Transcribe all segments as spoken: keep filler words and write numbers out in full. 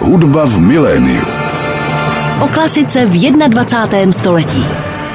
Hudba v miléniu. O klasice v dvacátém prvním století.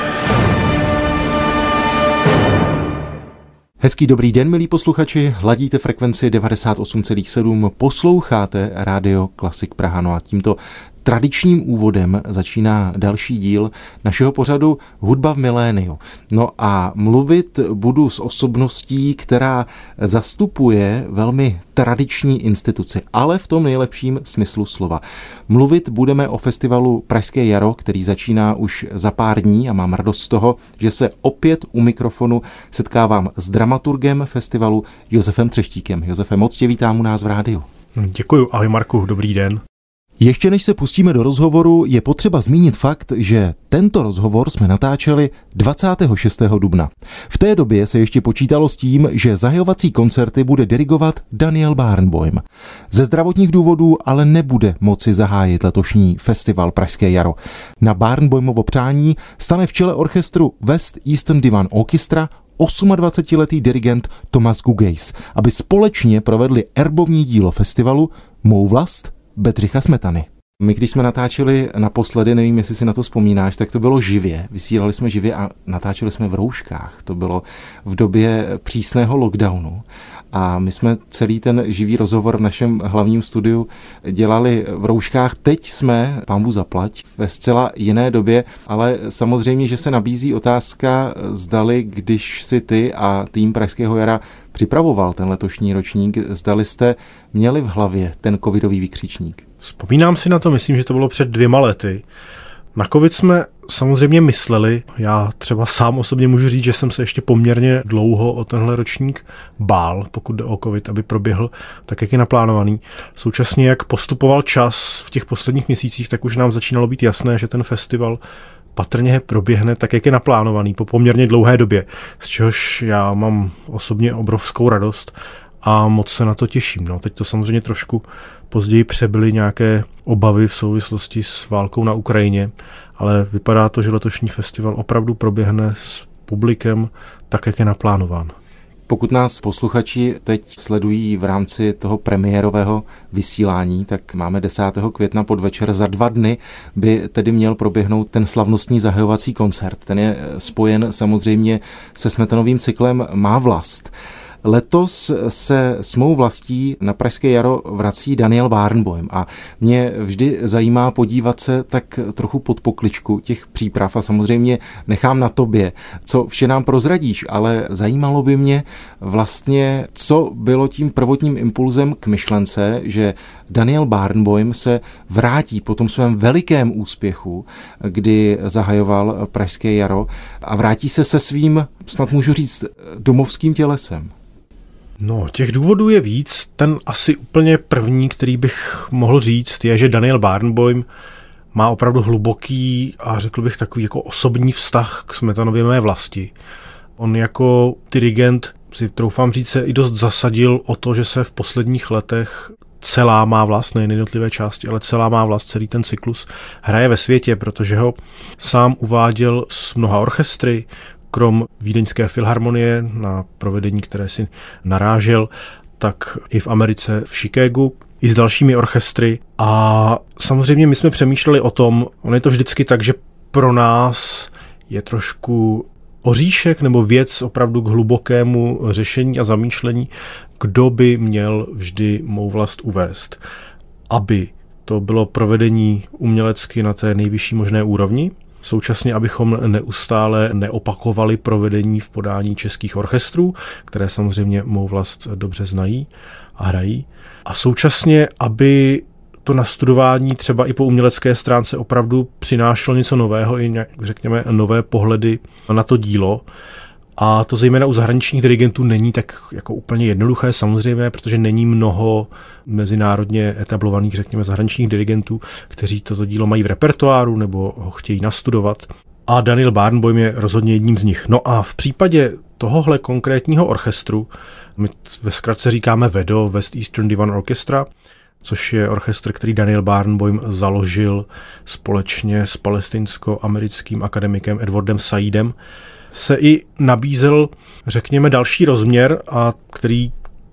Hezký dobrý den, milí posluchači, hladíte frekvenci devadesát osm celá sedm, posloucháte Rádio Klasik Praha. No a tímto tradičním úvodem začíná další díl našeho pořadu Hudba v miléniu. No a mluvit budu s osobností, která zastupuje velmi tradiční instituci, ale v tom nejlepším smyslu slova. Mluvit budeme o festivalu Pražské jaro, který začíná už za pár dní a mám radost z toho, že se opět u mikrofonu setkávám s dramaturgem festivalu Josefem Třeštíkem. Josefe, moc tě vítám u nás v rádiu. Děkuju, ahoj Marku, dobrý den. Ještě než se pustíme do rozhovoru, je potřeba zmínit fakt, že tento rozhovor jsme natáčeli dvacátého šestého dubna. V té době se ještě počítalo s tím, že zahajovací koncerty bude dirigovat Daniel Barenboim. Ze zdravotních důvodů ale nebude moci zahájit letošní festival Pražské jaro. Na Barenboimovo přání stane v čele orchestru West Eastern Divan Orchestra osmadvacetiletý dirigent Thomas Gugejs, aby společně provedli erbovní dílo festivalu Mou vlast Bedřicha Smetany. My, když jsme natáčeli naposledy, nevím, jestli si na to vzpomínáš, tak to bylo živě. Vysílali jsme živě a natáčeli jsme v rouškách. To bylo v době přísného lockdownu. A my jsme celý ten živý rozhovor v našem hlavním studiu dělali v rouškách. Teď jsme, pánbůh zaplať, ve zcela jiné době, ale samozřejmě, že se nabízí otázka, zdali, když si ty a tým Pražského jara připravoval ten letošní ročník, zdali jste měli v hlavě ten covidový vykřičník. Vzpomínám si na to, myslím, že to bylo před dvěma lety. Na covid jsme samozřejmě mysleli, já třeba sám osobně můžu říct, že jsem se ještě poměrně dlouho o tenhle ročník bál, pokud jde o covid, aby proběhl tak, jak je naplánovaný. Současně, jak postupoval čas v těch posledních měsících, tak už nám začínalo být jasné, že ten festival patrně proběhne tak, jak je naplánovaný po poměrně dlouhé době, z čehož já mám osobně obrovskou radost a moc se na to těším. No, teď to samozřejmě trošku později přebyly nějaké obavy v souvislosti s válkou na Ukrajině, ale vypadá to, že letošní festival opravdu proběhne s publikem tak, jak je naplánován. Pokud nás posluchači teď sledují v rámci toho premiérového vysílání, tak máme desátého května podvečer. Za dva dny by tedy měl proběhnout ten slavnostní zahajovací koncert. Ten je spojen samozřejmě se Smetanovým cyklem Má vlast. Letos se s Mou vlastí na Pražské jaro vrací Daniel Barenboim a mě vždy zajímá podívat se tak trochu pod pokličku těch příprav a samozřejmě nechám na tobě, co vše nám prozradíš, ale zajímalo by mě vlastně, co bylo tím prvotním impulzem k myšlence, že Daniel Barenboim se vrátí po tom svém velikém úspěchu, kdy zahajoval Pražské jaro a vrátí se se svým, snad můžu říct, domovským tělesem. No, těch důvodů je víc. Ten asi úplně první, který bych mohl říct, je, že Daniel Barenboim má opravdu hluboký a řekl bych takový jako osobní vztah k Smetanově Mé vlasti. On jako dirigent, si troufám říct, se i dost zasadil o to, že se v posledních letech celá Má vlast, nejen jednotlivé části, ale celá Má vlast, celý ten cyklus hraje ve světě, protože ho sám uváděl s mnoha orchestry, krom Vídeňské filharmonie, na provedení, které si narážel, tak i v Americe, v Chicagu, i s dalšími orchestry. A samozřejmě my jsme přemýšleli o tom, on je to vždycky tak, že pro nás je trošku oříšek nebo věc opravdu k hlubokému řešení a zamýšlení, kdo by měl vždy Mou vlast uvést, aby to bylo provedení umělecky na té nejvyšší možné úrovni, současně abychom neustále neopakovali provedení v podání českých orchestrů, které samozřejmě Mou vlast dobře znají a hrají. A současně, aby to nastudování třeba i po umělecké stránce opravdu přinášelo něco nového, i řekněme nové pohledy na to dílo. A to zejména u zahraničních dirigentů není tak jako úplně jednoduché samozřejmě, protože není mnoho mezinárodně etablovaných, řekněme, zahraničních dirigentů, kteří toto dílo mají v repertoáru nebo ho chtějí nastudovat. A Daniel Barenboim je rozhodně jedním z nich. No a v případě tohohle konkrétního orchestru, my ve zkratce říkáme V E D O, West Eastern Divan Orchestra, což je orchestr, který Daniel Barenboim založil společně s palestinsko-americkým akademikem Edwardem Saidem, se i nabízel, řekněme, další rozměr, a který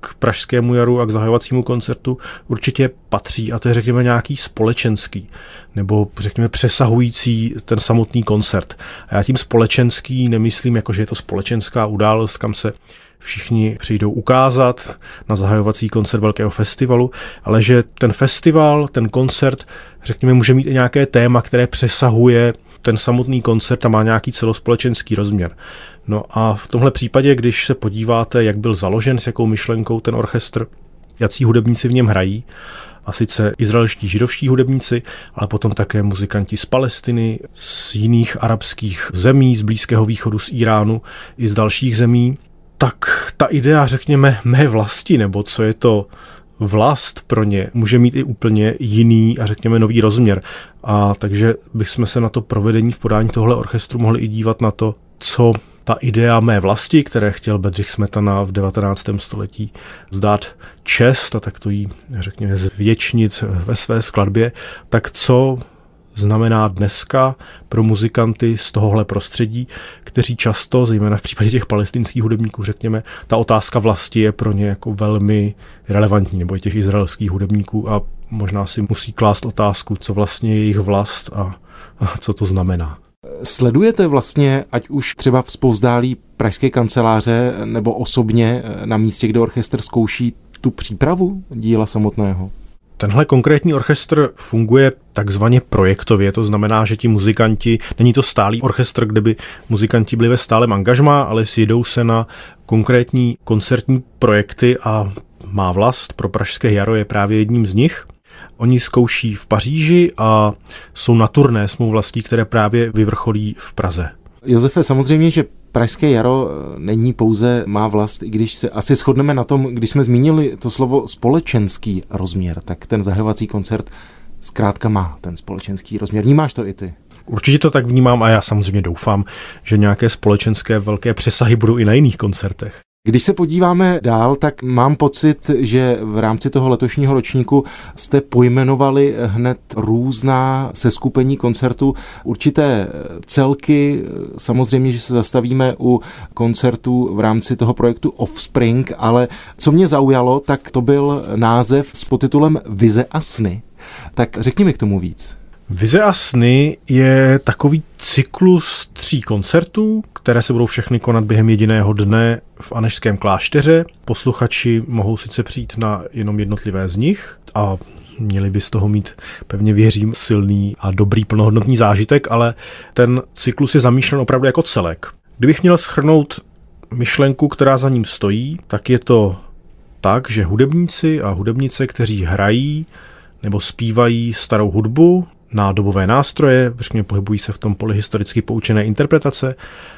k Pražskému jaru a k zahajovacímu koncertu určitě patří, a to je, řekněme, nějaký společenský, nebo řekněme přesahující ten samotný koncert. A já tím společenský nemyslím, jako že je to společenská událost, kam se všichni přijdou ukázat na zahajovací koncert velkého festivalu, ale že ten festival, ten koncert, řekněme, může mít i nějaké téma, které přesahuje ten samotný koncert a má nějaký celospolečenský rozměr. No a v tomhle případě, když se podíváte, jak byl založen, s jakou myšlenkou ten orchestr, jací hudebníci v něm hrají, a sice izraelští židovští hudebníci, ale potom také muzikanti z Palestiny, z jiných arabských zemí, z Blízkého východu, z Iránu i z dalších zemí, tak ta idea, řekněme, mé vlasti, nebo co je to vlast pro ně, může mít i úplně jiný a řekněme nový rozměr. A takže bychom se na to provedení v podání tohle orchestru mohli i dívat na to, co ta idea mé vlasti, které chtěl Bedřich Smetana v devatenáctém století zdát čest a tak to jí, řekněme, zvětšnit ve své skladbě, tak co znamená dneska pro muzikanty z tohohle prostředí, kteří často, zejména v případě těch palestinských hudebníků, řekněme, ta otázka vlasti je pro ně jako velmi relevantní, nebo i těch izraelských hudebníků, a možná si musí klást otázku, co vlastně je jejich vlast a, a co to znamená. Sledujete vlastně, ať už třeba vzpouzdálí pražské kanceláře nebo osobně na místě, kde orchestr zkouší, tu přípravu díla samotného? Tenhle konkrétní orchestr funguje takzvaně projektově, to znamená, že ti muzikanti, není to stálý orchestr, kde by muzikanti byli ve stálem angažmá, ale sjedou se na konkrétní koncertní projekty a Má vlast pro Pražské jaro je právě jedním z nich. Oni zkouší v Paříži a jsou na turné s mou vlastí, které právě vyvrcholí v Praze. Josefe, samozřejmě, že Pražské jaro není pouze Má vlast, i když se asi shodneme na tom, když jsme zmínili to slovo společenský rozměr, tak ten zahajovací koncert zkrátka má ten společenský rozměr. Vnímáš to i ty? Určitě to tak vnímám a já samozřejmě doufám, že nějaké společenské velké přesahy budou i na jiných koncertech. Když se podíváme dál, tak mám pocit, že v rámci toho letošního ročníku jste pojmenovali hned různá seskupení koncertů, určité celky, samozřejmě, že se zastavíme u koncertů v rámci toho projektu Offspring, ale co mě zaujalo, tak to byl název s podtitulem Vize a sny. Tak řekni mi k tomu víc. Vize a sny je takový cyklus tří koncertů, které se budou všechny konat během jediného dne v Anežském klášteře. Posluchači mohou sice přijít na jenom jednotlivé z nich a měli by z toho mít, pevně věřím, silný a dobrý plnohodnotný zážitek, ale ten cyklus je zamýšlen opravdu jako celek. Kdybych měl shrnout myšlenku, která za ním stojí, tak je to tak, že hudebníci a hudebnice, kteří hrají nebo zpívají starou hudbu na dobové nástroje, řekněme pohybují se v tom poli historicky poučené interpretace,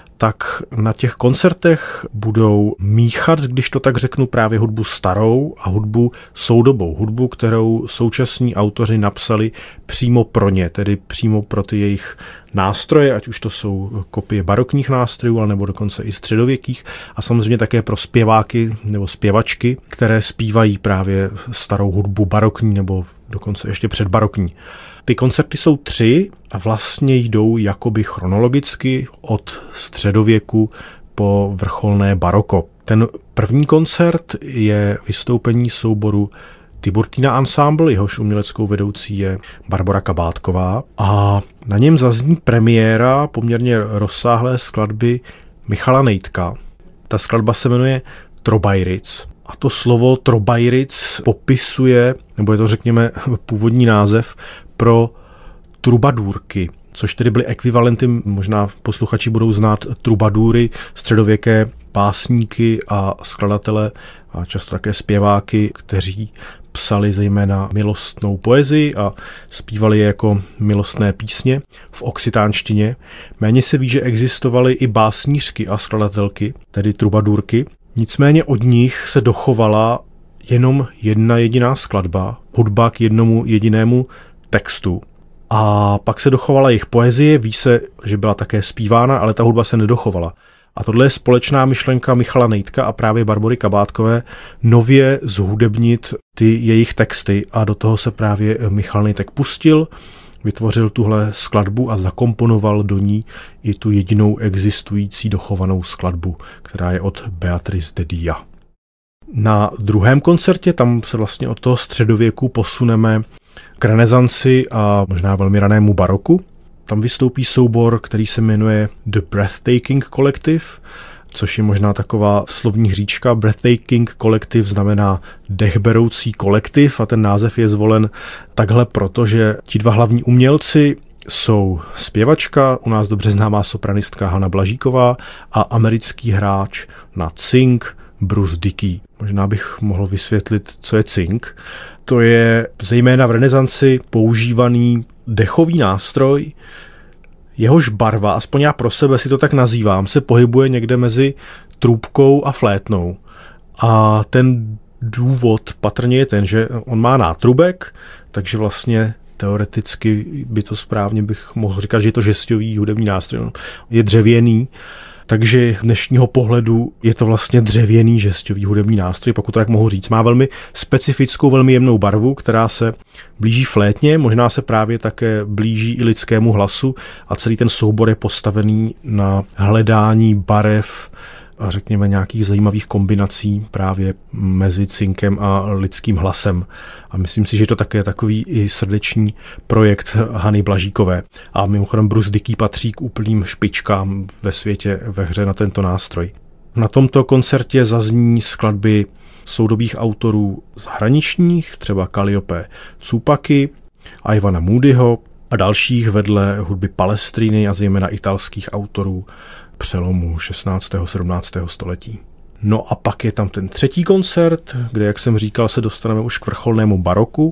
tak na těch koncertech budou míchat, když to tak řeknu, právě hudbu starou a hudbu soudobou. Hudbu, kterou současní autoři napsali přímo pro ně, tedy přímo pro ty jejich nástroje, ať už to jsou kopie barokních nástrojů, nebo dokonce i středověkých, a samozřejmě také pro zpěváky nebo zpěvačky, které zpívají právě starou hudbu barokní nebo dokonce ještě předbarokní. Ty koncerty jsou tři a vlastně jdou jakoby chronologicky od středověku po vrcholné baroko. Ten první koncert je vystoupení souboru Tiburtina Ensemble, jehož uměleckou vedoucí je Barbora Kabátková, a na něm zazní premiéra poměrně rozsáhlé skladby Michala Nejdka. Ta skladba se jmenuje Trobajric. A to slovo Trobajric popisuje, nebo je to řekněme původní název, pro trubadůrky, což tedy byly ekvivalenty, možná posluchači budou znát trubadůry, středověké básníky a skladatele a často také zpěváky, kteří psali zejména milostnou poezii a zpívali je jako milostné písně v occitánštině. Méně se ví, že existovaly i básnířky a skladatelky, tedy trubadůrky. Nicméně od nich se dochovala jenom jedna jediná skladba, hudba k jednomu jedinému textu. A pak se dochovala jejich poezie, ví se, že byla také zpívána, ale ta hudba se nedochovala. A tohle je společná myšlenka Michala Nejdka a právě Barbory Kabátkové nově zhudebnit ty jejich texty a do toho se právě Michal Nejdek pustil, vytvořil tuhle skladbu a zakomponoval do ní i tu jedinou existující dochovanou skladbu, která je od Beatrice de Dia. Na druhém koncertě, tam se vlastně od toho středověku posuneme k renesanci a možná velmi ranému baroku. Tam vystoupí soubor, který se jmenuje The Breathtaking Collective, což je možná taková slovní hříčka. Breathtaking Collective znamená dechberoucí kolektiv a ten název je zvolen takhle, protože ti dva hlavní umělci jsou zpěvačka, u nás dobře známá sopranistka Hana Blažíková a americký hráč na cink Bruce Dickey. Možná bych mohl vysvětlit, co je cink. To je zejména v renesanci používaný dechový nástroj, jehož barva, aspoň já pro sebe si to tak nazývám, se pohybuje někde mezi trubkou a flétnou. A ten důvod patrně je ten, že on má nátrubek, takže vlastně teoreticky by to správně bych mohl říkat, že je to žesťový hudební nástroj. Je dřevěný, takže dnešního pohledu je to vlastně dřevěný žesťový hudební nástroj, pokud to tak mohu říct. Má velmi specifickou, velmi jemnou barvu, která se blíží flétně, možná se právě také blíží i lidskému hlasu a celý ten soubor je postavený na hledání barev a řekněme nějakých zajímavých kombinací právě mezi cinkem a lidským hlasem. A myslím si, že to také je takový i srdeční projekt Hany Blažíkové. A mimochodem Bruce Dickey patří k úplným špičkám ve světě ve hře na tento nástroj. Na tomto koncertě zazní skladby soudobých autorů zahraničních, třeba Kalliope Cupaky, Ivana Moodyho a dalších vedle hudby Palestriny a zejména italských autorů přelomu šestnáctého a sedmnáctého století. No a pak je tam ten třetí koncert, kde, jak jsem říkal, se dostaneme už k vrcholnému baroku.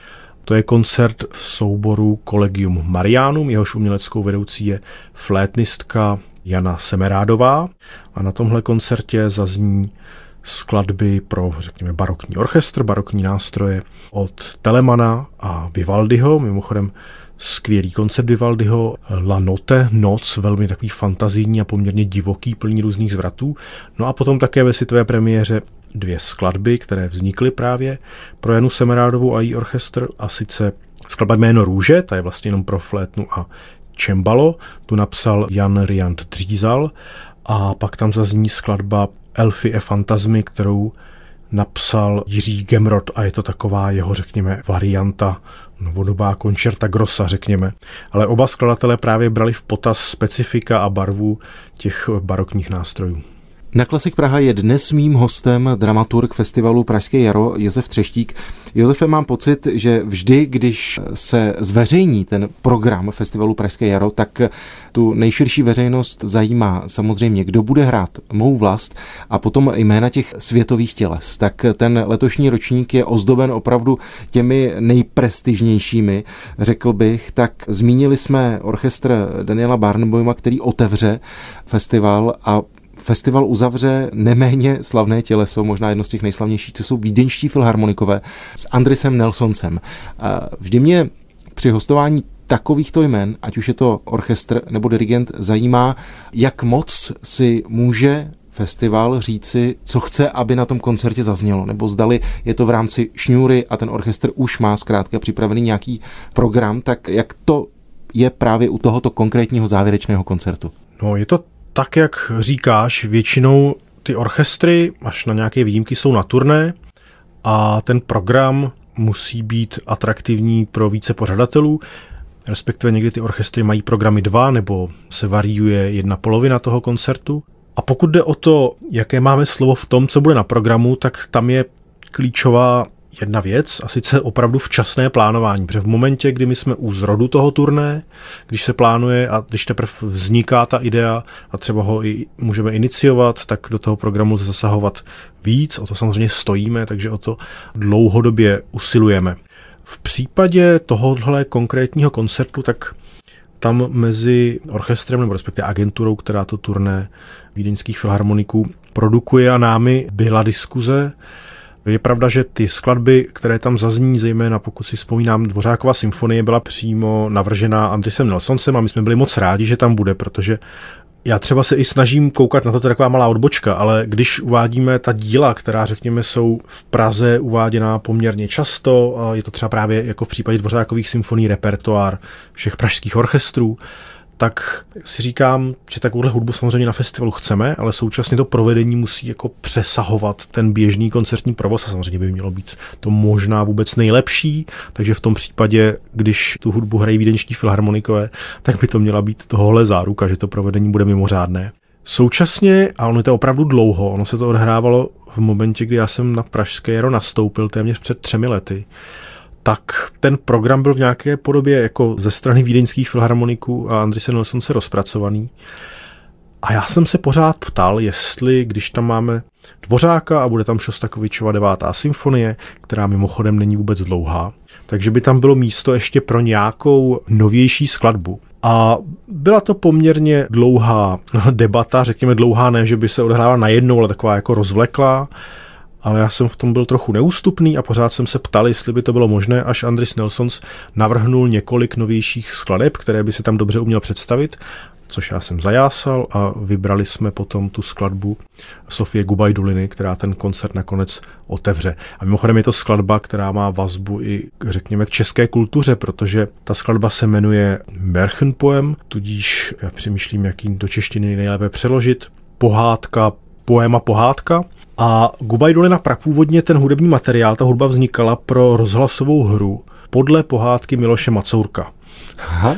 To je koncert souboru Collegium Marianum, jehož uměleckou vedoucí je flétnistka Jana Semerádová. A na tomhle koncertě zazní skladby pro, řekněme, barokní orchestr, barokní nástroje od Telemana a Vivaldiho, mimochodem skvělý koncert Vivaldiho, La Notte, Noc, velmi takový fantazijní a poměrně divoký, plný různých zvratů. No a potom také ve světové premiéře dvě skladby, které vznikly právě pro Janu Semerádovu a její orchestr, a sice skladba Jméno růže, ta je vlastně jenom pro flétnu a cembalo, tu napsal Jan Riant Dřízal, a pak tam zazní skladba Elfy e fantazmy, kterou napsal Jiří Gemrot a je to taková jeho, řekněme, varianta, novodobá concerta grossa, řekněme. Ale oba skladatelé právě brali v potaz specifika a barvu těch barokních nástrojů. Na Klasik Praha je dnes mým hostem dramaturg festivalu Pražské jaro Josef Třeštík. Josefe, mám pocit, že vždy, když se zveřejní ten program festivalu Pražské jaro, tak tu nejširší veřejnost zajímá samozřejmě, kdo bude hrát Mou vlast a potom jména těch světových těles. Tak ten letošní ročník je ozdoben opravdu těmi nejprestižnějšími, řekl bych. Tak zmínili jsme orchestr Daniela Barenboima, který otevře festival, a festival uzavře neméně slavné těleso, možná jedno z těch nejslavnějších, co jsou vídeňští filharmonikové s Andrisem Nelsonsem. Vždy mě při hostování takovýchto jmen, ať už je to orchestr nebo dirigent, zajímá, jak moc si může festival říci, co chce, aby na tom koncertě zaznělo, nebo zdali je to v rámci šňůry a ten orchestr už má zkrátka připravený nějaký program, tak jak to je právě u tohoto konkrétního závěrečného koncertu? No, je to tak, jak říkáš, většinou ty orchestry, až na nějaké výjimky, jsou na turné a ten program musí být atraktivní pro více pořadatelů, respektive někdy ty orchestry mají programy dva, nebo se variuje jedna polovina toho koncertu. A pokud jde o to, jaké máme slovo v tom, co bude na programu, tak tam je klíčová jedna věc, a sice opravdu včasné plánování, protože v momentě, kdy my jsme u zrodu toho turné, když se plánuje a když teprve vzniká ta idea a třeba ho i můžeme iniciovat, tak do toho programu zasahovat víc, o to samozřejmě stojíme, takže o to dlouhodobě usilujeme. V případě tohohle konkrétního koncertu, tak tam mezi orchestrem nebo respektive agenturou, která to turné vídeňských filharmoniků produkuje, a námi byla diskuze. Je pravda, že ty skladby, které tam zazní, zejména pokud si vzpomínám, Dvořákova symfonie byla přímo navržená Andrisem Nelsonsem a my jsme byli moc rádi, že tam bude, protože já třeba se i snažím koukat na to, to je taková malá odbočka, ale když uvádíme ta díla, která, řekněme, jsou v Praze uváděná poměrně často, a je to třeba právě jako v případě Dvořákových symfonií repertoár všech pražských orchestrů, tak si říkám, že takovouhle hudbu samozřejmě na festivalu chceme, ale současně to provedení musí jako přesahovat ten běžný koncertní provoz a samozřejmě by mělo být to možná vůbec nejlepší, takže v tom případě, když tu hudbu hrají vídeňští filharmonikové, tak by to měla být tohle záruka, že to provedení bude mimořádné. Současně, a ono je to opravdu dlouho, ono se to odhrávalo v momentě, kdy já jsem na Pražské jaro nastoupil téměř před třemi lety, tak ten program byl v nějaké podobě jako ze strany vídeňských filharmoniků a Andrise Nelsonse rozpracovaný. A já jsem se pořád ptal, jestli, když tam máme Dvořáka a bude tam Šostakovičova devátá symfonie, která mimochodem není vůbec dlouhá, takže by tam bylo místo ještě pro nějakou novější skladbu. A byla to poměrně dlouhá debata, řekněme dlouhá, ne, že by se odehrála najednou, ale taková jako rozvleklá. Ale já jsem v tom byl trochu neústupný a pořád jsem se ptal, jestli by to bylo možné, až Andris Nelsons navrhnul několik novějších skladeb, které by si tam dobře uměl představit, což já jsem zajásal a vybrali jsme potom tu skladbu Sofie Gubajduliny, která ten koncert nakonec otevře. A mimochodem je to skladba, která má vazbu i, řekněme, k české kultuře, protože ta skladba se jmenuje Märchenpoem, tudíž já přemýšlím, jak ji do češtiny nejlépe přeložit. Pohádka, poema pohádka. A Gubajdulina prapůvodně ten hudební materiál, ta hudba vznikala pro rozhlasovou hru podle pohádky Miloše Macourka. Aha.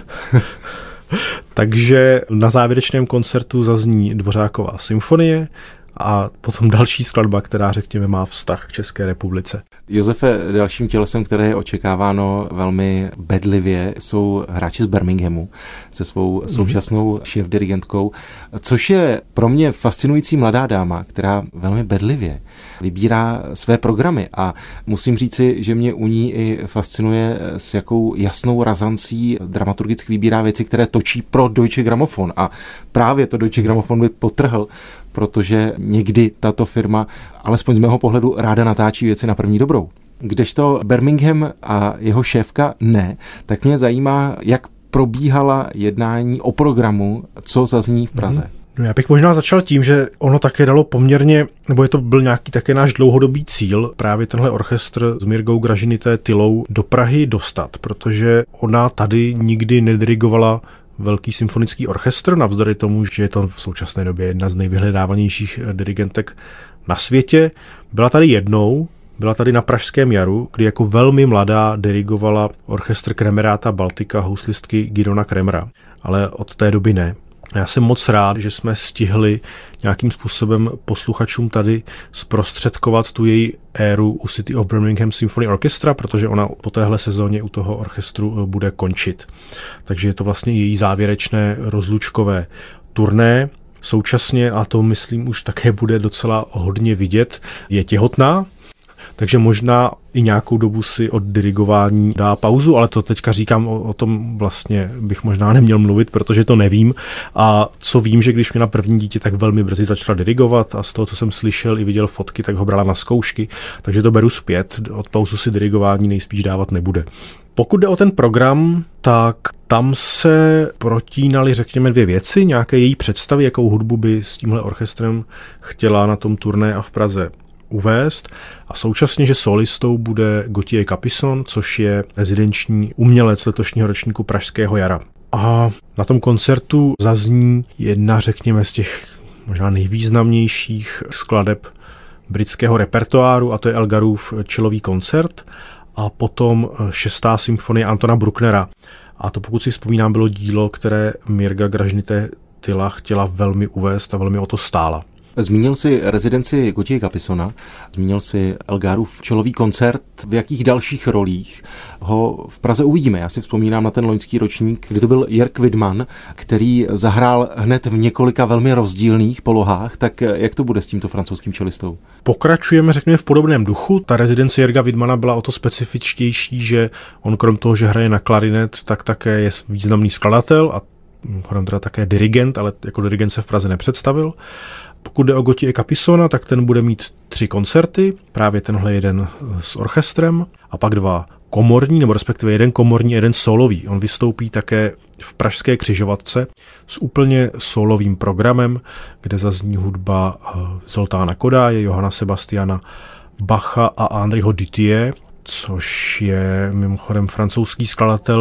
Takže na závěrečném koncertu zazní Dvořákova symfonie a potom další skladba, která, řekněme, má vztah k České republice. Josefe, dalším tělesem, které je očekáváno velmi bedlivě, jsou hráči z Birminghamu se svou současnou šéfdirigentkou, což je pro mě fascinující mladá dáma, která velmi bedlivě vybírá své programy a musím říci, že mě u ní i fascinuje, s jakou jasnou razancí dramaturgicky vybírá věci, které točí pro Deutsche Grammophon a právě to Deutsche Grammophon by potrhl, protože někdy tato firma, alespoň z mého pohledu, ráda natáčí věci na první dobrou. Kdežto Birmingham a jeho šéfka ne, tak mě zajímá, jak probíhala jednání o programu, co zazní v Praze. No já bych možná začal tím, že ono také dalo poměrně, nebo je to byl nějaký také náš dlouhodobý cíl, právě tenhle orchestr s Mirgou Gražinité Tylou do Prahy dostat, protože ona tady nikdy nedirigovala velký symfonický orchestr, navzdory tomu, že je to v současné době jedna z nejvyhledávanějších dirigentek na světě. Byla tady jednou, byla tady na Pražském jaru, kdy jako velmi mladá dirigovala orchestr Kremeráta Baltika houslistky Gidona Kremera, ale od té doby ne. Já jsem moc rád, že jsme stihli nějakým způsobem posluchačům tady zprostředkovat tu její éru u City of Birmingham Symphony Orchestra, protože ona po téhle sezóně u toho orchestru bude končit. Takže je to vlastně její závěrečné rozlučkové turné. Současně, a to myslím už také bude docela hodně vidět, je těhotná, takže možná i nějakou dobu si od dirigování dá pauzu, ale to teďka říkám, o, o tom vlastně bych možná neměl mluvit, protože to nevím. A co vím, že když měla první dítě, tak velmi brzy začala dirigovat a z toho, co jsem slyšel i viděl fotky, tak ho brala na zkoušky, takže to beru zpět, od pauzu si dirigování nejspíš dávat nebude. Pokud jde o ten program, tak tam se protínaly, řekněme, dvě věci, nějaké její představy, jakou hudbu by s tímhle orchestrem chtěla na tom turné a v Praze uvést a současně, že solistou bude Gauthier Capuçon, což je rezidenční umělec letošního ročníku Pražského jara. A na tom koncertu zazní jedna, řekněme, z těch možná nejvýznamnějších skladeb britského repertoáru, a to je Elgarův čelový koncert a potom šestá symfonie Antona Brucknera. A to, pokud si vzpomínám, bylo dílo, které Mirga Gražinité Tyla chtěla velmi uvést a velmi o to stála. Zmínil si rezidenci Gauthier Capuçona, zmínil si Elgarův čelový koncert. V jakých dalších rolích ho v Praze uvidíme? Já si vzpomínám na ten loňský ročník, kdy to byl Jörg Widmann, který zahrál hned v několika velmi rozdílných polohách. Tak jak to bude s tímto francouzským čelistou? Pokračujeme, řekněme, v podobném duchu. Ta rezidence Jörga Widmanna byla o to specifičtější, že on krom toho, že hraje na klarinet, tak také je významný skladatel a mimochodem teda také dirigent, ale jako dirigent se v Praze nepředstavil. Pokud jde o Gauthier Capuçona, tak ten bude mít tři koncerty, právě tenhle jeden s orchestrem a pak dva komorní, nebo respektive jeden komorní, jeden solový. On vystoupí také v Pražské Křižovatce s úplně solovým programem, kde zazní hudba Zoltána Kodáje, Johana Sebastiana Bacha a Andriho Dutillé, což je mimochodem francouzský skladatel,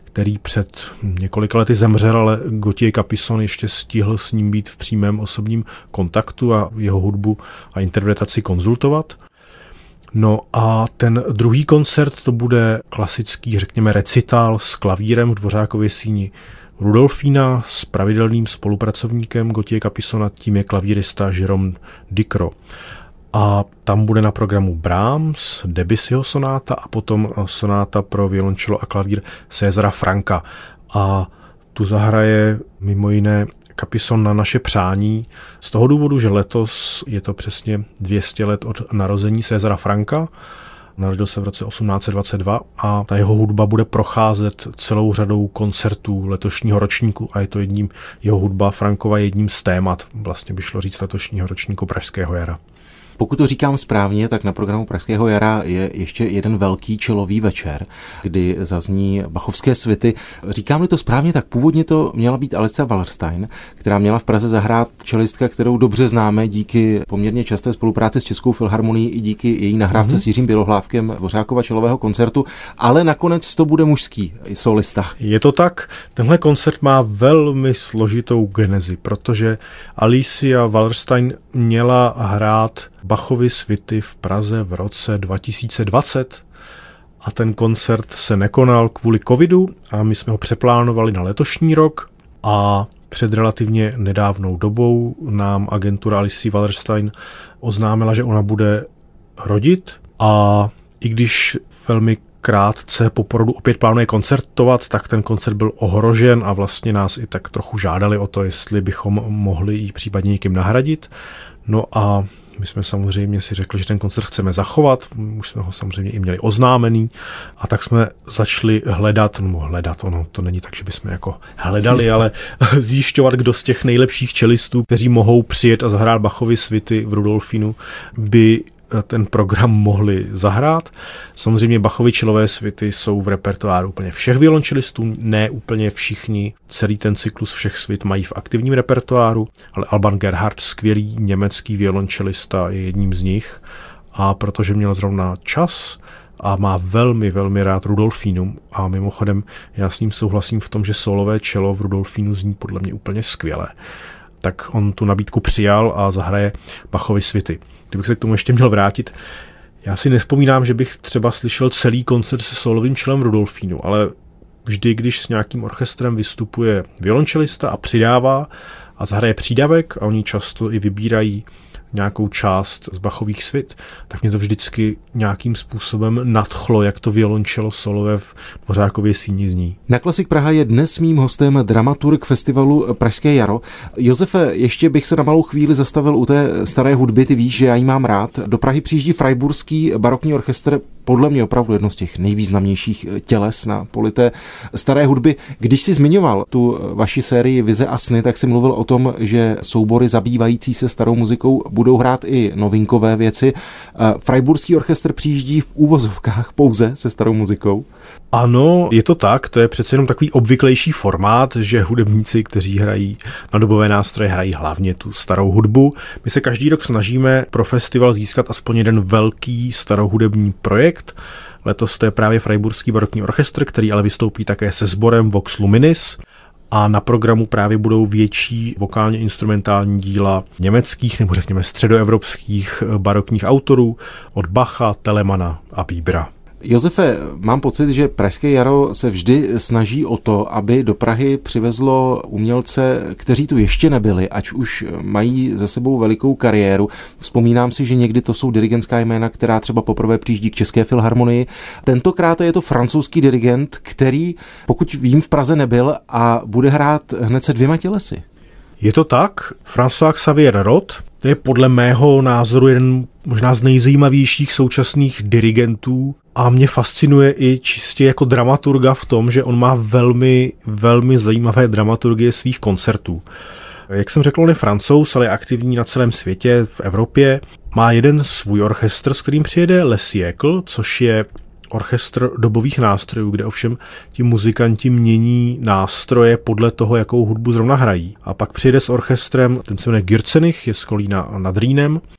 který před několika lety zemřel, ale Gautier Capuçon ještě stihl s ním být v přímém osobním kontaktu a jeho hudbu a interpretaci konzultovat. No a ten druhý koncert to bude klasický, řekněme, recitál s klavírem v Dvořákově síni Rudolfína s pravidelným spolupracovníkem Gautier Capuçona, tím je klavírista Jérôme Ducrot. A tam bude na programu Brahms, Debussyho sonáta a potom sonáta pro violončelo a klavír Césara Franka. A tu zahraje mimo jiné Capuçon na naše přání z toho důvodu, že letos je to přesně dvě stě let od narození Césara Franka. Narodil se v roce osmnáct set dvacet dva a ta jeho hudba bude procházet celou řadou koncertů letošního ročníku a je to jedním, jeho hudba Frankova jedním z témat, vlastně by šlo říct, letošního ročníku Pražského jara. Pokud to říkám správně, tak na programu Pražského jara je ještě jeden velký čelový večer, kdy zazní bachovské svity. Říkám-li to správně, tak původně to měla být Alicia Wallerstein, která měla v Praze zahrát čelistka, kterou dobře známe díky poměrně časté spolupráci s Českou filharmonií i díky její nahrávce mm-hmm. s Jiřím Bělohlávkem Dvořákova čelového koncertu, ale nakonec to bude mužský solista. Je to tak. Tenhle koncert má velmi složitou genezi, protože Alicia Wallerstein měla hrát Bachovy svity v Praze v roce dva tisíce dvacet a ten koncert se nekonal kvůli covidu a my jsme ho přeplánovali na letošní rok a před relativně nedávnou dobou nám agentura Alicia Wallerstein oznámila, že ona bude rodit a i když velmi krátce po porodu opět plánuje koncertovat, tak ten koncert byl ohrožen a vlastně nás i tak trochu žádali o to, jestli bychom mohli ji případně někým nahradit. No a my jsme samozřejmě si řekli, že ten koncert chceme zachovat, už jsme ho samozřejmě i měli oznámený a tak jsme začali hledat, no hledat, ono to není tak, že bychom jako hledali, ale zjišťovat, kdo z těch nejlepších čelistů, kteří mohou přijet a zahrát Bachovy svity v Rudolfínu, by ten program mohli zahrát. Samozřejmě Bachovy čelové svity jsou v repertoáru úplně všech violončelistů, ne úplně všichni. Celý ten cyklus všech svit mají v aktivním repertoáru, ale Alban Gerhardt, skvělý německý violončelista, je jedním z nich. A protože měl zrovna čas a má velmi, velmi rád Rudolfínum a mimochodem já s ním souhlasím v tom, že solové čelo v Rudolfínu zní podle mě úplně skvěle, tak on tu nabídku přijal a zahraje Bachovy svity. Kdybych se k tomu ještě měl vrátit, já si nevzpomínám, že bych třeba slyšel celý koncert se solovým čelem v Rudolfínu, ale vždy, když s nějakým orchestrem vystupuje violončelista a přidává a zahraje přídavek a oni často i vybírají nějakou část z Bachových svit, tak mě to vždycky nějakým způsobem nadchlo, jak to violončelo solové v Dvořákově síni zní. Na Klasik Praha je dnes mým hostem dramaturg festivalu Pražské jaro. Josefe, ještě bych se na malou chvíli zastavil u té staré hudby, ty víš, že já ji mám rád. Do Prahy přijíždí Freiburský barokní orchestr, podle mě opravdu jedno z těch nejvýznamnějších těles na poli té staré hudby. Když jsi zmiňoval tu vaši sérii Vize a sny, tak jsi mluvil o tom, že soubory zabývající se starou muzikou budou hrát i novinkové věci. Freiburský orchestr přijíždí v úvozovkách pouze se starou muzikou? Ano, je to tak, to je přece jenom takový obvyklejší formát, že hudebníci, kteří hrají na dobové nástroje, hrají hlavně tu starou hudbu. My se každý rok snažíme pro festival získat aspoň jeden velký starohudební projekt. Letos to je právě Freiburský barokní orchestr, který ale vystoupí také se sborem Vox Luminis. A na programu právě budou větší vokálně instrumentální díla německých nebo řekněme středoevropských barokních autorů od Bacha, Telemana a Biebera. Josefe, mám pocit, že Pražské jaro se vždy snaží o to, aby do Prahy přivezlo umělce, kteří tu ještě nebyli, ať už mají za sebou velikou kariéru. Vzpomínám si, že někdy to jsou dirigentská jména, která třeba poprvé přijíždí k České filharmonii. Tentokrát je to francouzský dirigent, který, pokud vím, v Praze nebyl a bude hrát hned se dvěma tělesy. Je to tak. François Xavier Roth, to je podle mého názoru jeden možná z nejzajímavějších současných dirigentů a mě fascinuje i čistě jako dramaturga v tom, že on má velmi, velmi zajímavé dramaturgie svých koncertů. Jak jsem řekl, on je Francouz, ale je aktivní na celém světě, v Evropě. Má jeden svůj orchestr, s kterým přijede Le Siècle, což je orchestr dobových nástrojů, kde ovšem ti muzikanti mění nástroje podle toho, jakou hudbu zrovna hrají. A pak přijede s orchestrem, ten se jmenuje Gürzenich, je z Kolína nad Rýnem,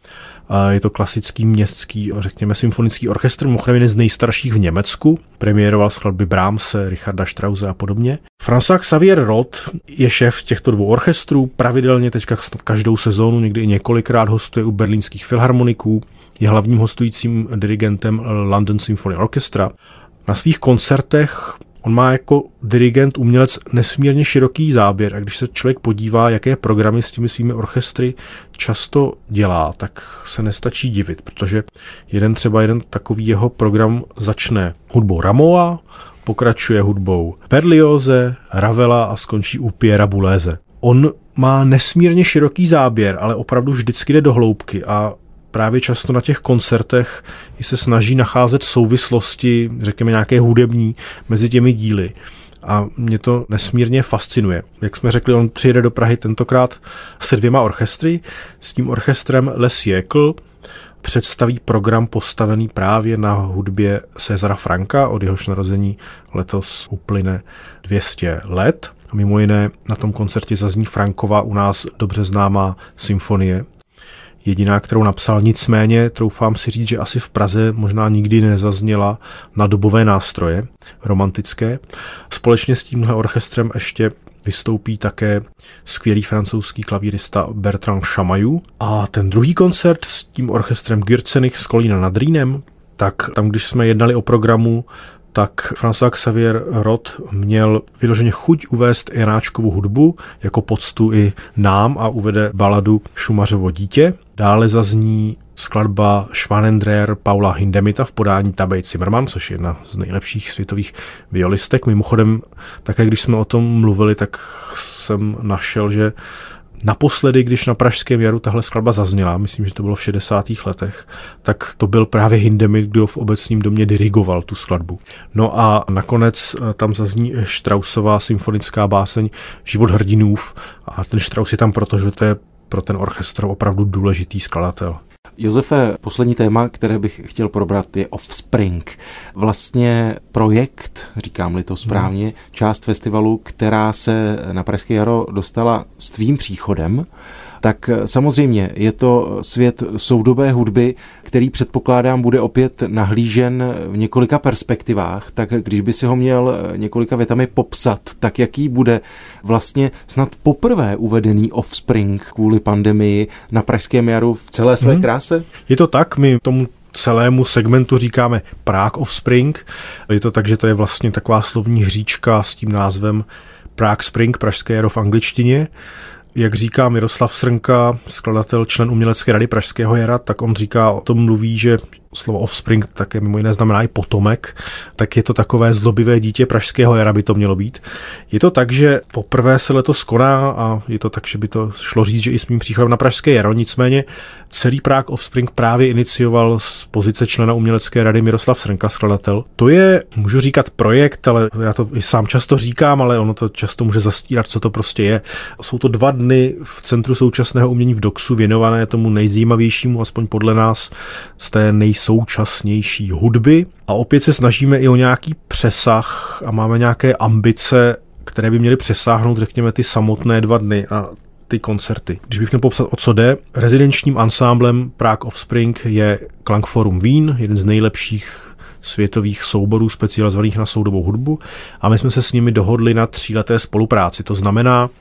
Je to klasický městský, řekněme, symfonický orchestr, mimochodem jeden z nejstarších v Německu. Premiéroval skladby Brahmse, Richarda Strause a podobně. François Xavier Roth je šéf těchto dvou orchestrů, pravidelně teďka každou sezónu, někdy i několikrát hostuje u berlínských filharmoniků, je hlavním hostujícím dirigentem London Symphony Orchestra. Na svých koncertech on má jako dirigent, umělec nesmírně široký záběr a když se člověk podívá, jaké programy s těmi svými orchestry často dělá, tak se nestačí divit, protože jeden třeba jeden takový jeho program začne hudbou Rameau, pokračuje hudbou Berlioze, Ravela a skončí u Pierra Bouleze. On má nesmírně široký záběr, ale opravdu vždycky jde do hloubky a právě často na těch koncertech se snaží nacházet souvislosti, řekněme nějaké hudební, mezi těmi díly. A mě to nesmírně fascinuje. Jak jsme řekli, on přijede do Prahy tentokrát se dvěma orchestry, s tím orchestrem Le Siècle, představí program postavený právě na hudbě Césara Franka, od jehož narození letos uplyne dvě stě let. A mimo jiné na tom koncertě zazní Frankova u nás dobře známá symfonie. Jediná, kterou napsal, nicméně troufám si říct, že asi v Praze možná nikdy nezazněla na dobové nástroje romantické. Společně s tímhle orchestrem ještě vystoupí také skvělý francouzský klavírista Bertrand Chamayou. A ten druhý koncert s tím orchestrem Gürzenich z Kolína nad Rýnem, tak tam, když jsme jednali o programu, tak François Xavier Roth měl vyloženě chuť uvést Janáčkovu hudbu jako poctu i nám a uvede baladu Šumařovo dítě. Dále zazní skladba Schwanendreher Paula Hindemita v podání Tabej Zimmermann, což je jedna z nejlepších světových violistek. Mimochodem, také když jsme o tom mluvili, tak jsem našel, že naposledy, když na Pražském jaru tahle skladba zazněla, myslím, že to bylo v šedesátých letech, tak to byl právě Hindemith, kdo v Obecním domě dirigoval tu skladbu. No a nakonec tam zazní Straussova symfonická báseň Život hrdinův a ten Strauss je tam proto, že to je pro ten orchestr opravdu důležitý skladatel. Josefe, poslední téma, které bych chtěl probrat, je Offspring. Vlastně projekt, říkám-li to správně, hmm. část festivalu, která se na Pražské jaro dostala s tvým příchodem. Tak samozřejmě je to svět soudobé hudby, který předpokládám bude opět nahlížen v několika perspektivách, tak když by si ho měl několika větami popsat, tak jaký bude vlastně snad poprvé uvedený Offspring kvůli pandemii na Pražském jaru v celé své hmm. kráse? Je to tak, my tomu celému segmentu říkáme Prague Offspring. Je to tak, že to je vlastně taková slovní hříčka s tím názvem Prague Spring, Pražské jaro v angličtině. Jak říká Miroslav Srnka, skladatel, člen umělecké rady Pražského jara, tak on říká, o tom mluví, že slovo offspring také mimo jiné znamená i potomek, tak je to takové zlobivé dítě Pražského jara by to mělo být. Je to tak, že poprvé se letos koná a je to tak, že by to šlo říct, že i s mým příchodem na Pražské jaro, nicméně celý Prague Offspring právě inicioval z pozice člena umělecké rady Miroslav Srnka, skladatel. To je, můžu říkat projekt, ale já to i sám často říkám, ale ono to často může zastírat, co to prostě je. Jsou to dva dny v Centru současného umění v Doxu věnované tomu nejzajímavějšímu, aspoň podle nás, z té nejsoučasnější hudby. A opět se snažíme i o nějaký přesah a máme nějaké ambice, které by měly přesáhnout, řekněme, ty samotné dva dny a ty koncerty. Když bych měl popsat, o co jde, rezidenčním ansámblem Prague Offspring je Klangforum Wien, jeden z nejlepších světových souborů specializovaných na soudobou hudbu a my jsme se s nimi dohodli na tříleté spolupráci. To znamená,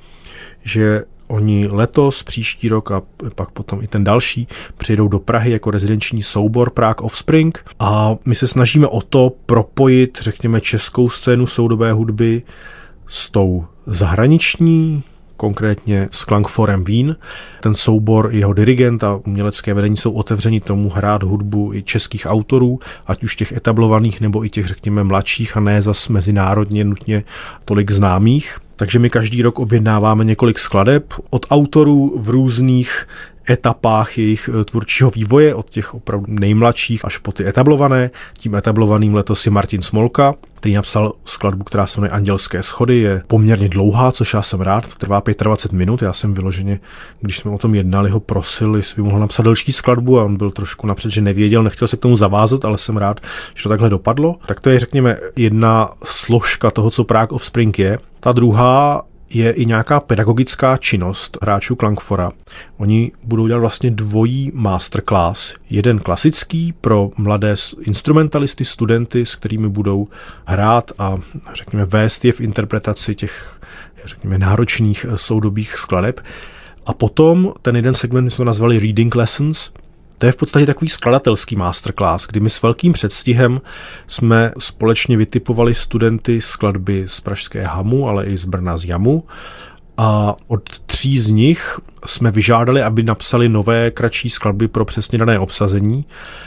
že oni letos, příští rok a pak potom i ten další přijedou do Prahy jako rezidenční soubor Prague Offspring a my se snažíme o to propojit, řekněme, českou scénu soudobé hudby s tou zahraniční, konkrétně s Klangforem Wien. Ten soubor, jeho dirigent a umělecké vedení jsou otevřeni tomu hrát hudbu i českých autorů, ať už těch etablovaných nebo i těch, řekněme, mladších a ne zas mezinárodně nutně tolik známých. Takže my každý rok objednáváme několik skladeb od autorů v různých etapách jejich tvůrčího vývoje, od těch opravdu nejmladších až po ty etablované. Tím etablovaným letos je Martin Smolka, který napsal skladbu, která se jmenuje Andělské schody, je poměrně dlouhá, což já jsem rád, trvá dvacet pět minut. Já jsem vyloženě, když jsme o tom jednali, ho prosil, jestli by mohl napsat delší skladbu a on byl trošku napřed, že nevěděl, nechtěl se k tomu zavázat, ale jsem rád, že to takhle dopadlo. Tak to je, řekněme, jedna složka toho, co Prague Offspring je. Ta druhá je i nějaká pedagogická činnost hráčů Klangfora. Oni budou dělat vlastně dvojí masterclass. Jeden klasický pro mladé instrumentalisty, studenty, s kterými budou hrát a řekněme vést je v interpretaci těch řekněme náročných soudobých skladeb. A potom ten jeden segment jsme nazvali Reading Lessons. To je v podstatě takový skladatelský masterclass, kdy my s velkým předstihem jsme společně vytipovali studenty skladby z pražské Hamu, ale i z Brna z Jamu. A od tří z nich jsme vyžádali, aby napsali nové, kratší skladby pro přesně dané obsazení.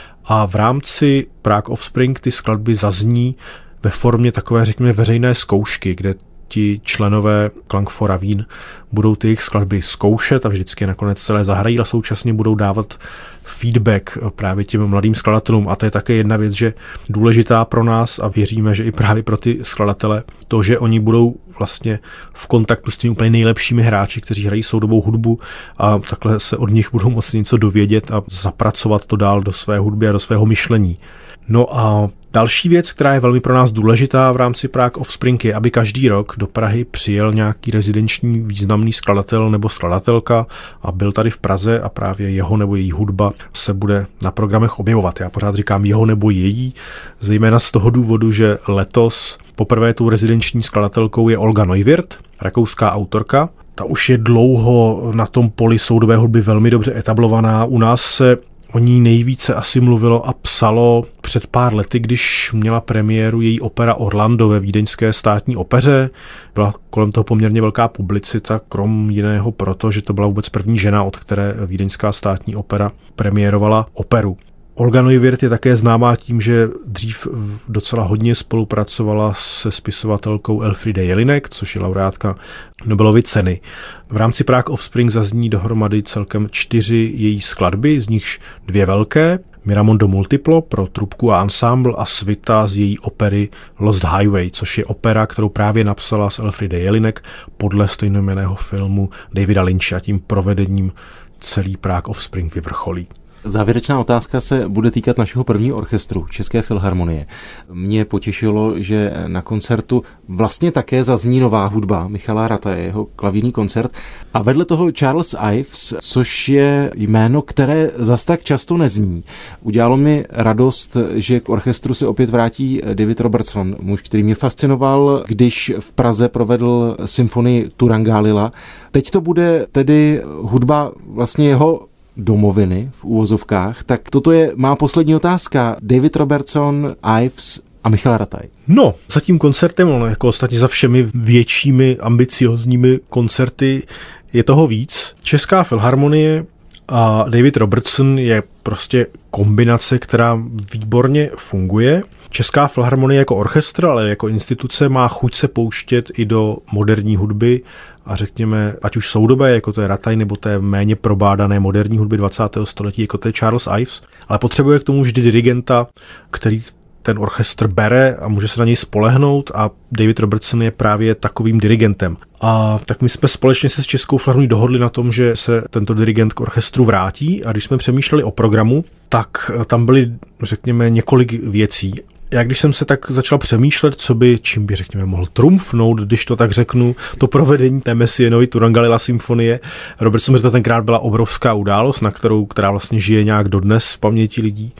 A v rámci Prague Offspring ty skladby zazní ve formě takové, řekněme, veřejné zkoušky, kde ti členové Klangfora Vín budou ty jejich skladby zkoušet a vždycky nakonec celé zahrají a současně budou dávat feedback právě těm mladým skladatelům. A to je také jedna věc, že důležitá pro nás a věříme, že i právě pro ty skladatele, to, že oni budou vlastně v kontaktu s těmi úplně nejlepšími hráči, kteří hrají soudobou hudbu a takhle se od nich budou moci něco dovědět a zapracovat to dál do své hudby a do svého myšlení. No a další věc, která je velmi pro nás důležitá v rámci Prague Offspring, je, aby každý rok do Prahy přijel nějaký rezidenční významný skladatel nebo skladatelka a byl tady v Praze a právě jeho nebo její hudba se bude na programech objevovat. Já pořád říkám jeho nebo její, zejména z toho důvodu, že letos poprvé tou rezidenční skladatelkou je Olga Neuwirth, rakouská autorka. Ta už je dlouho na tom poli soudobé hudby velmi dobře etablovaná. U nás se o ní nejvíce asi mluvilo a psalo před pár lety, když měla premiéru její opera Orlando ve vídeňské státní opeře. Byla kolem toho poměrně velká publicita, krom jiného proto, že to byla vůbec první žena, od které vídeňská státní opera premiérovala operu. Olga Neuwirth je také známá tím, že dřív docela hodně spolupracovala se spisovatelkou Elfriede Jelinek, což je laureátka Nobelovy ceny. V rámci Prague Offspring zazní dohromady celkem čtyři její skladby, z nichž dvě velké, Miramondo Multiplo pro trubku a ansámbl a svita z její opery Lost Highway, což je opera, kterou právě napsala s Elfriede Jelinek podle stejnojmenného filmu Davida Lynche a tím provedením celý Prague Offspring vyvrcholí. Závěrečná otázka se bude týkat našeho prvního orchestru, České filharmonie. Mě potěšilo, že na koncertu vlastně také zazní nová hudba Michala Rataje, jeho klavírní koncert. A vedle toho Charles Ives, což je jméno, které zas tak často nezní. Udělalo mi radost, že k orchestru se opět vrátí David Robertson, muž, který mě fascinoval, když v Praze provedl symfonii Turangalila. Teď to bude tedy hudba vlastně jeho domoviny v úvozovkách, tak toto je má poslední otázka. David Robertson, Ives a Michal Rataj. No, za tím koncertem, ono jako ostatně za všemi většími ambiciozními koncerty je toho víc. Česká filharmonie a David Robertson je prostě kombinace, která výborně funguje. Česká filharmonie jako orchestr, ale jako instituce má chuť se pouštět i do moderní hudby a řekněme, ať už soudobé, jako to je Rataj, nebo té méně probádané moderní hudby dvacátého století, jako to je Charles Ives, ale potřebuje k tomu vždy dirigenta, který ten orchestr bere a může se na něj spolehnout a David Robertson je právě takovým dirigentem. A tak my jsme společně se s Českou filharmonií dohodli na tom, že se tento dirigent k orchestru vrátí a když jsme přemýšleli o programu, tak tam byly, řekněme, několik věcí. Já když jsem se tak začal přemýšlet, co by, čím by, řekněme, mohl trumfnout, když to tak řeknu, to provedení té Messienovy Turangalila symfonie. Robertson, že to tenkrát byla obrovská událost, na kterou, která vlastně žije nějak dodnes v paměti lidí,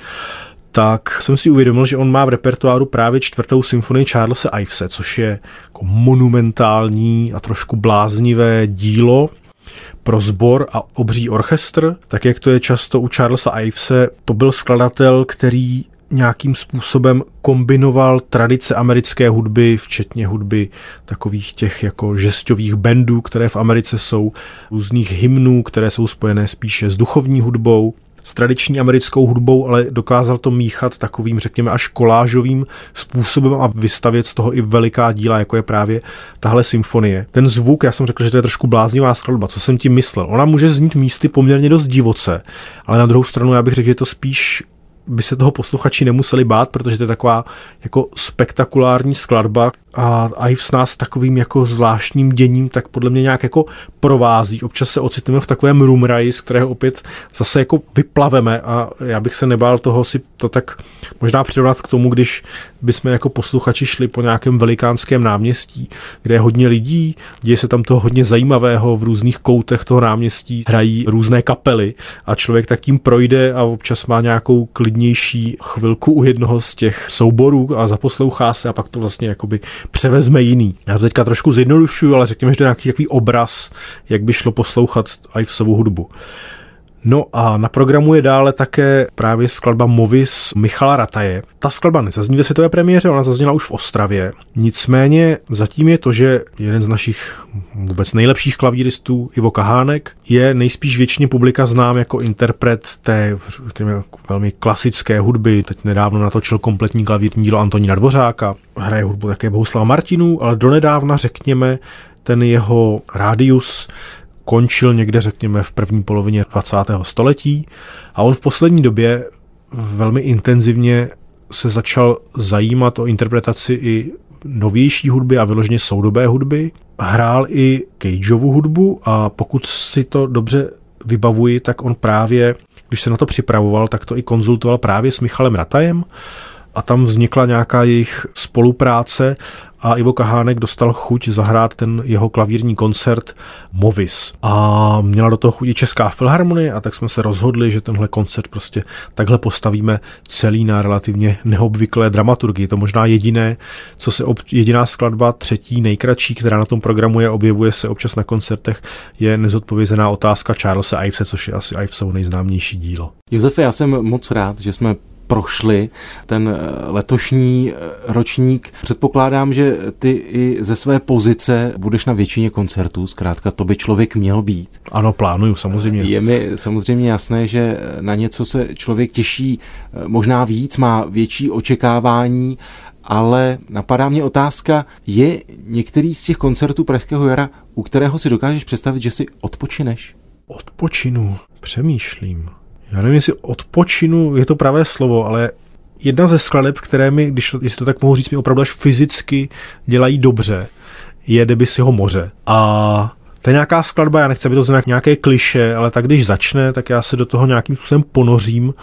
tak jsem si uvědomil, že on má v repertoáru právě čtvrtou symfonii Charlese Ivese, což je jako monumentální a trošku bláznivé dílo pro sbor a obří orchestr. Tak jak to je často u Charlesa Ivese, to byl skladatel, který nějakým způsobem kombinoval tradice americké hudby, včetně hudby takových těch jako žestových bandů, které v Americe jsou, různých hymnů, které jsou spojené spíše s duchovní hudbou, s tradiční americkou hudbou, ale dokázal to míchat takovým, řekněme, až kolážovým způsobem a vystavět z toho i veliká díla, jako je právě tahle symfonie. Ten zvuk, já jsem řekl, že to je trošku bláznivá skladba, co jsem tím myslel. Ona může znít místy poměrně dost divoce, ale na druhou stranu já bych řekl, že je to spíš by se toho posluchači nemuseli bát, protože to je taková jako spektakulární skladba a, a i s nás takovým jako zvláštním děním, tak podle mě nějak jako provází. Občas se ocitneme v takovém rumraji, z kterého opět zase jako vyplaveme a já bych se nebál toho si to tak možná přirovnat k tomu, když bychom jako posluchači šli po nějakém velikánském náměstí, kde je hodně lidí, děje se tam toho hodně zajímavého, v různých koutech toho náměstí hrají různé kapely a člověk tak tím projde a občas má nějakou klidnější chvilku u jednoho z těch souborů a zaposlouchá se a pak to vlastně jakoby převezme jiný. Já to teďka trošku zjednodušuju, ale řekněme, že to je nějaký takový obraz, jak by šlo poslouchat Ivesovu hudbu. No a na programu je dále také právě skladba Movis Michala Rataje. Ta skladba nezazní ve světové premiéře, ona zazněla už v Ostravě. Nicméně zatím je to, že jeden z našich vůbec nejlepších klavíristů, Ivo Kahánek, je nejspíš většině publika znám jako interpret té řekněme, velmi klasické hudby. Teď nedávno natočil kompletní klavírní dílo Antonína Dvořáka. Hraje hudbu také Bohuslava Martinů, ale donedávna, řekněme, ten jeho rádius končil někde, řekněme, v první polovině dvacátého století a on v poslední době velmi intenzivně se začal zajímat o interpretaci i novější hudby a vyloženě soudobé hudby. Hrál i Cageovu hudbu a pokud si to dobře vybavuji, tak on právě, když se na to připravoval, tak to i konzultoval právě s Michalem Ratajem a tam vznikla nějaká jejich spolupráce a Ivo Kahánek dostal chuť zahrát ten jeho klavírní koncert Movis. A měla do toho chuť i Česká filharmonie a tak jsme se rozhodli, že tenhle koncert prostě takhle postavíme celý na relativně neobvyklé dramaturgii. To možná jediné, co se ob... jediná skladba, třetí nejkratší, která na tom programu je, objevuje se občas na koncertech, je nezodpovězená otázka Charlesa Ivese, což je asi Ivesovo nejznámější dílo. Josefe, já jsem moc rád, že jsme prošli ten letošní ročník. Předpokládám, že ty i ze své pozice budeš na většině koncertů, zkrátka to by člověk měl být. Ano, plánuju, samozřejmě. Je mi samozřejmě jasné, že na něco se člověk těší možná víc, má větší očekávání, ale napadá mě otázka, je některý z těch koncertů Pražského jara, u kterého si dokážeš představit, že si odpočineš? Odpočinu, přemýšlím. Já nevím, jestli odpočinu je to pravé slovo, ale jedna ze skladeb, které mi, když jestli to tak mohu říct, mi opravdu až fyzicky dělají dobře, je Debussyho Moře. A to je nějaká skladba, já nechci, aby to znamená nějaké kliše, ale tak když začne, tak já se do toho nějakým způsobem ponořím,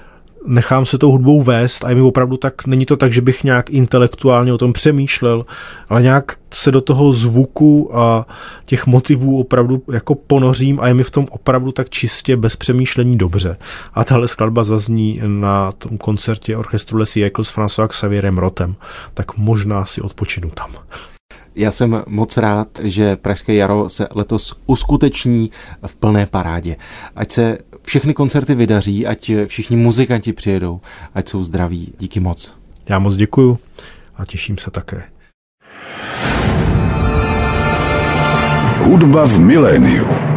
nechám se tou hudbou vést a je mi opravdu tak, není to tak, že bych nějak intelektuálně o tom přemýšlel, ale nějak se do toho zvuku a těch motivů opravdu jako ponořím a je mi v tom opravdu tak čistě bez přemýšlení dobře. A tahle skladba zazní na tom koncertě orchestru Les Siècles s François Xavierem Rotem, tak možná si odpočinu tam. Já jsem moc rád, že Pražské jaro se letos uskuteční v plné parádě. Ať se všechny koncerty vydaří, ať všichni muzikanti přijedou, ať jsou zdraví. Díky moc. Já moc děkuju a těším se také. Hudba v miléniu.